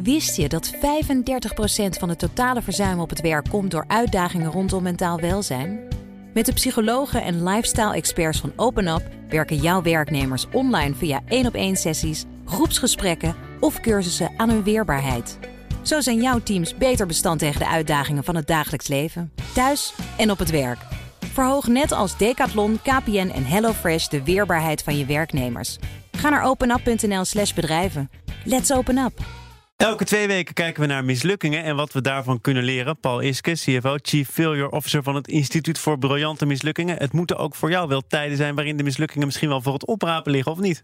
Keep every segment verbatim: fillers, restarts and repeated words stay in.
Wist je dat vijfendertig procent van het totale verzuim op het werk komt door uitdagingen rondom mentaal welzijn? Met de psychologen en lifestyle-experts van OpenUp werken jouw werknemers online via één-op-één sessies, groepsgesprekken of cursussen aan hun weerbaarheid. Zo zijn jouw teams beter bestand tegen de uitdagingen van het dagelijks leven, thuis en op het werk. Verhoog net als Decathlon, K P N en HelloFresh de weerbaarheid van je werknemers. Ga naar openup.nl slash bedrijven. Let's open up! Elke twee weken kijken we naar mislukkingen en wat we daarvan kunnen leren. Paul Iske, C F O, Chief Failure Officer van het Instituut voor Briljante Mislukkingen. Het moeten ook voor jou wel tijden zijn waarin de mislukkingen misschien wel voor het oprapen liggen, of niet?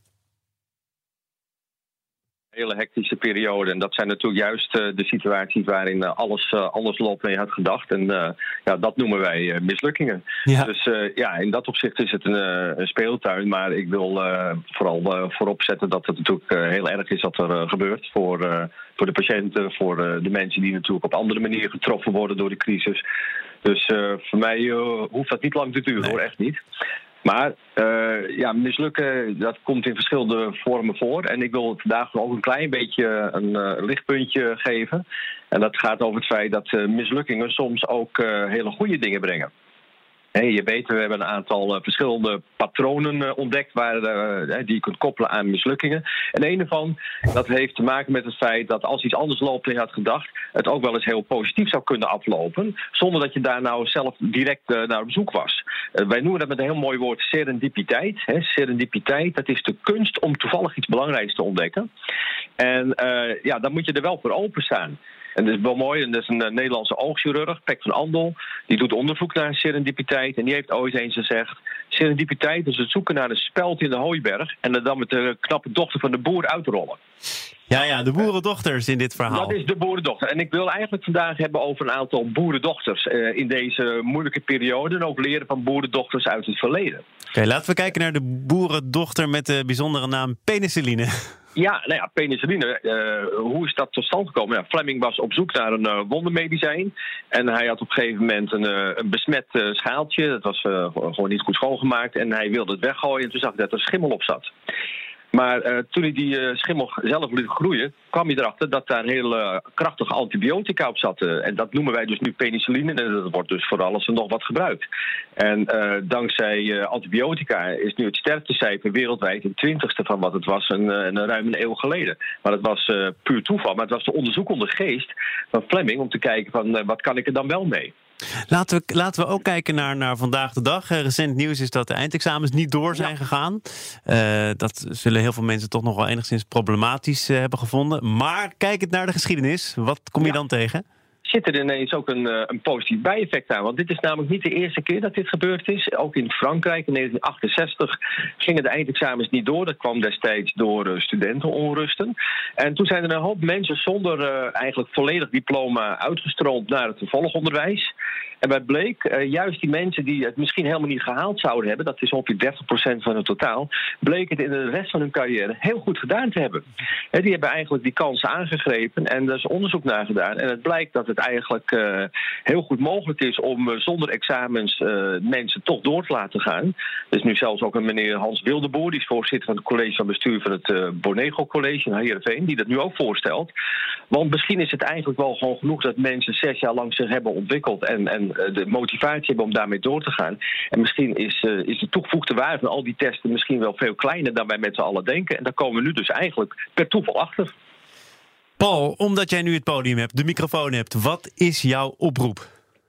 Hele hectische periode. En dat zijn natuurlijk juist uh, de situaties waarin uh, alles uh, anders loopt dan je had gedacht. En uh, ja, dat noemen wij uh, mislukkingen. Ja. Dus uh, ja, in dat opzicht is het een, uh, een speeltuin. Maar ik wil uh, vooral uh, voorop zetten dat het natuurlijk uh, heel erg is wat er uh, gebeurt. Voor, uh, voor de patiënten, voor uh, de mensen die natuurlijk op andere manieren getroffen worden door de crisis. Dus uh, voor mij uh, hoeft dat niet lang te duren, nee. hoor, echt niet. Maar uh, ja, mislukken, dat komt in verschillende vormen voor. En ik wil vandaag ook een klein beetje een uh, lichtpuntje geven. En dat gaat over het feit dat uh, mislukkingen soms ook uh, hele goede dingen brengen. Hey, je weet, we hebben een aantal uh, verschillende patronen uh, ontdekt waar, uh, die je kunt koppelen aan mislukkingen. En een ervan, dat heeft te maken met het feit dat als iets anders loopt dan je had gedacht, het ook wel eens heel positief zou kunnen aflopen, zonder dat je daar nou zelf direct uh, naar op zoek was. Uh, wij noemen dat met een heel mooi woord serendipiteit. Hè. Serendipiteit, dat is de kunst om toevallig iets belangrijks te ontdekken. En uh, ja, dan moet je er wel voor openstaan. En dat is wel mooi, en dat is een uh, Nederlandse oogchirurg, Pek van Andel, die doet onderzoek naar serendipiteit. En die heeft ooit eens gezegd, serendipiteit is het zoeken naar een speld in de hooiberg en er dan met de knappe dochter van de boer uitrollen. Ja, ja, de boerendochters in dit verhaal. Dat is de boerendochter. En ik wil eigenlijk vandaag hebben over een aantal boerendochters uh, in deze moeilijke periode en ook leren van boerendochters uit het verleden. Oké, okay, laten we kijken naar de boerendochter met de bijzondere naam penicilline. Ja, nou ja, penicilline, uh, hoe is dat tot stand gekomen? Ja, Fleming was op zoek naar een uh, wondermedicijn. En hij had op een gegeven moment een, uh, een besmet uh, schaaltje. Dat was uh, gewoon niet goed schoongemaakt. En hij wilde het weggooien en toen zag hij dat er schimmel op zat. Maar uh, toen hij die uh, schimmel zelf liet groeien, kwam hij erachter dat daar een heel uh, krachtige antibiotica op zat. Uh, en dat noemen wij dus nu penicilline. En dat wordt dus voor alles en nog wat gebruikt. En uh, dankzij uh, antibiotica is nu het sterftecijfer wereldwijd een twintigste van wat het was een, een ruim een eeuw geleden. Maar dat was uh, puur toeval. Maar het was de onderzoekende geest van Fleming om te kijken van uh, wat kan ik er dan wel mee? Laten we, laten we ook kijken naar, naar vandaag de dag. Uh, recent nieuws is dat de eindexamens niet door zijn ja. gegaan. Uh, dat zullen heel veel mensen toch nog wel enigszins problematisch uh, hebben gevonden. Maar kijkend naar de geschiedenis, wat kom je ja. dan tegen? Zit er ineens ook een, een positief bijeffect aan. Want dit is namelijk niet de eerste keer dat dit gebeurd is. Ook in Frankrijk in negentien achtenzestig gingen de eindexamens niet door. Dat kwam destijds door uh, studentenonrusten. En toen zijn er een hoop mensen zonder uh, eigenlijk volledig diploma uitgestroomd naar het vervolgonderwijs. En wat bleek, uh, juist die mensen die het misschien helemaal niet gehaald zouden hebben, dat is ongeveer dertig procent van het totaal, bleek het in de rest van hun carrière heel goed gedaan te hebben. He, die hebben eigenlijk die kansen aangegrepen en er is onderzoek naar gedaan. En het blijkt dat het eigenlijk uh, heel goed mogelijk is om uh, zonder examens uh, mensen toch door te laten gaan. Er is nu zelfs ook een meneer Hans Wildeboer, die is voorzitter van het college van bestuur van het uh, Bonego College in Heerenveen, die dat nu ook voorstelt. Want misschien is het eigenlijk wel gewoon genoeg dat mensen zes jaar lang zich hebben ontwikkeld en, en de motivatie hebben om daarmee door te gaan. En misschien is, uh, is de toegevoegde waarde van al die testen misschien wel veel kleiner dan wij met z'n allen denken. En daar komen we nu dus eigenlijk per toeval achter. Paul, omdat jij nu het podium hebt, de microfoon hebt, wat is jouw oproep?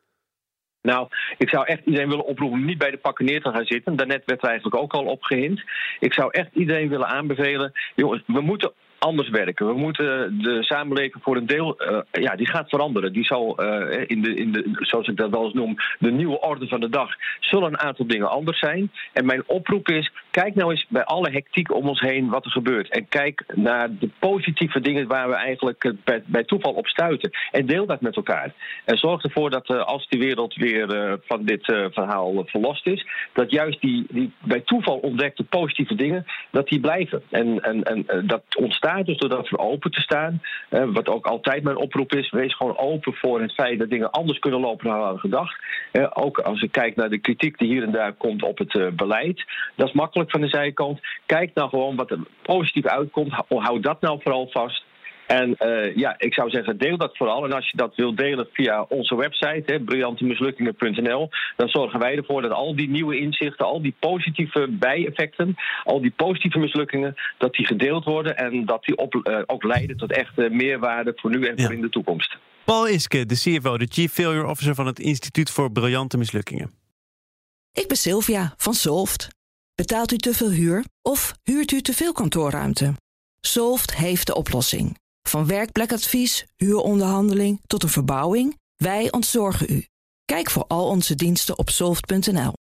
Nou, ik zou echt iedereen willen oproepen om niet bij de pakken neer te gaan zitten. Daarnet werd er eigenlijk ook al op gehind. Ik zou echt iedereen willen aanbevelen, jongens, we moeten anders werken. We moeten de samenleving voor een deel, uh, ja, die gaat veranderen. Die zal uh, in de, in de, zoals ik dat wel eens noem, de nieuwe orde van de dag, zullen een aantal dingen anders zijn. En mijn oproep is, kijk nou eens bij alle hectiek om ons heen wat er gebeurt. En kijk naar de positieve dingen waar we eigenlijk bij, bij toeval op stuiten. En deel dat met elkaar. En zorg ervoor dat uh, als die wereld weer uh, van dit uh, verhaal uh, verlost is, dat juist die, die bij toeval ontdekte positieve dingen, dat die blijven. En, en, en uh, dat ontstaat dus doordat we open te staan. Uh, wat ook altijd mijn oproep is, wees gewoon open voor het feit dat dingen anders kunnen lopen dan we hadden gedacht. Uh, ook als ik kijk naar de kritiek die hier en daar komt op het uh, beleid. Dat is makkelijk van de zijkant. Kijk nou gewoon wat er positief uitkomt. Hou dat nou vooral vast. En uh, ja, ik zou zeggen, deel dat vooral. En als je dat wilt delen via onze website, briljante mislukkingen punt n l, dan zorgen wij ervoor dat al die nieuwe inzichten, al die positieve bijeffecten, al die positieve mislukkingen, dat die gedeeld worden en dat die op, uh, ook leiden tot echt uh, meerwaarde voor nu en ja. voor in de toekomst. Paul Iske, de C F O, de Chief Failure Officer van het Instituut voor Briljante Mislukkingen. Ik ben Sylvia van Solft. Betaalt u te veel huur of huurt u te veel kantoorruimte? Solft heeft de oplossing. Van werkplekadvies, huuronderhandeling tot een verbouwing, wij ontzorgen u. Kijk voor al onze diensten op solft punt n l.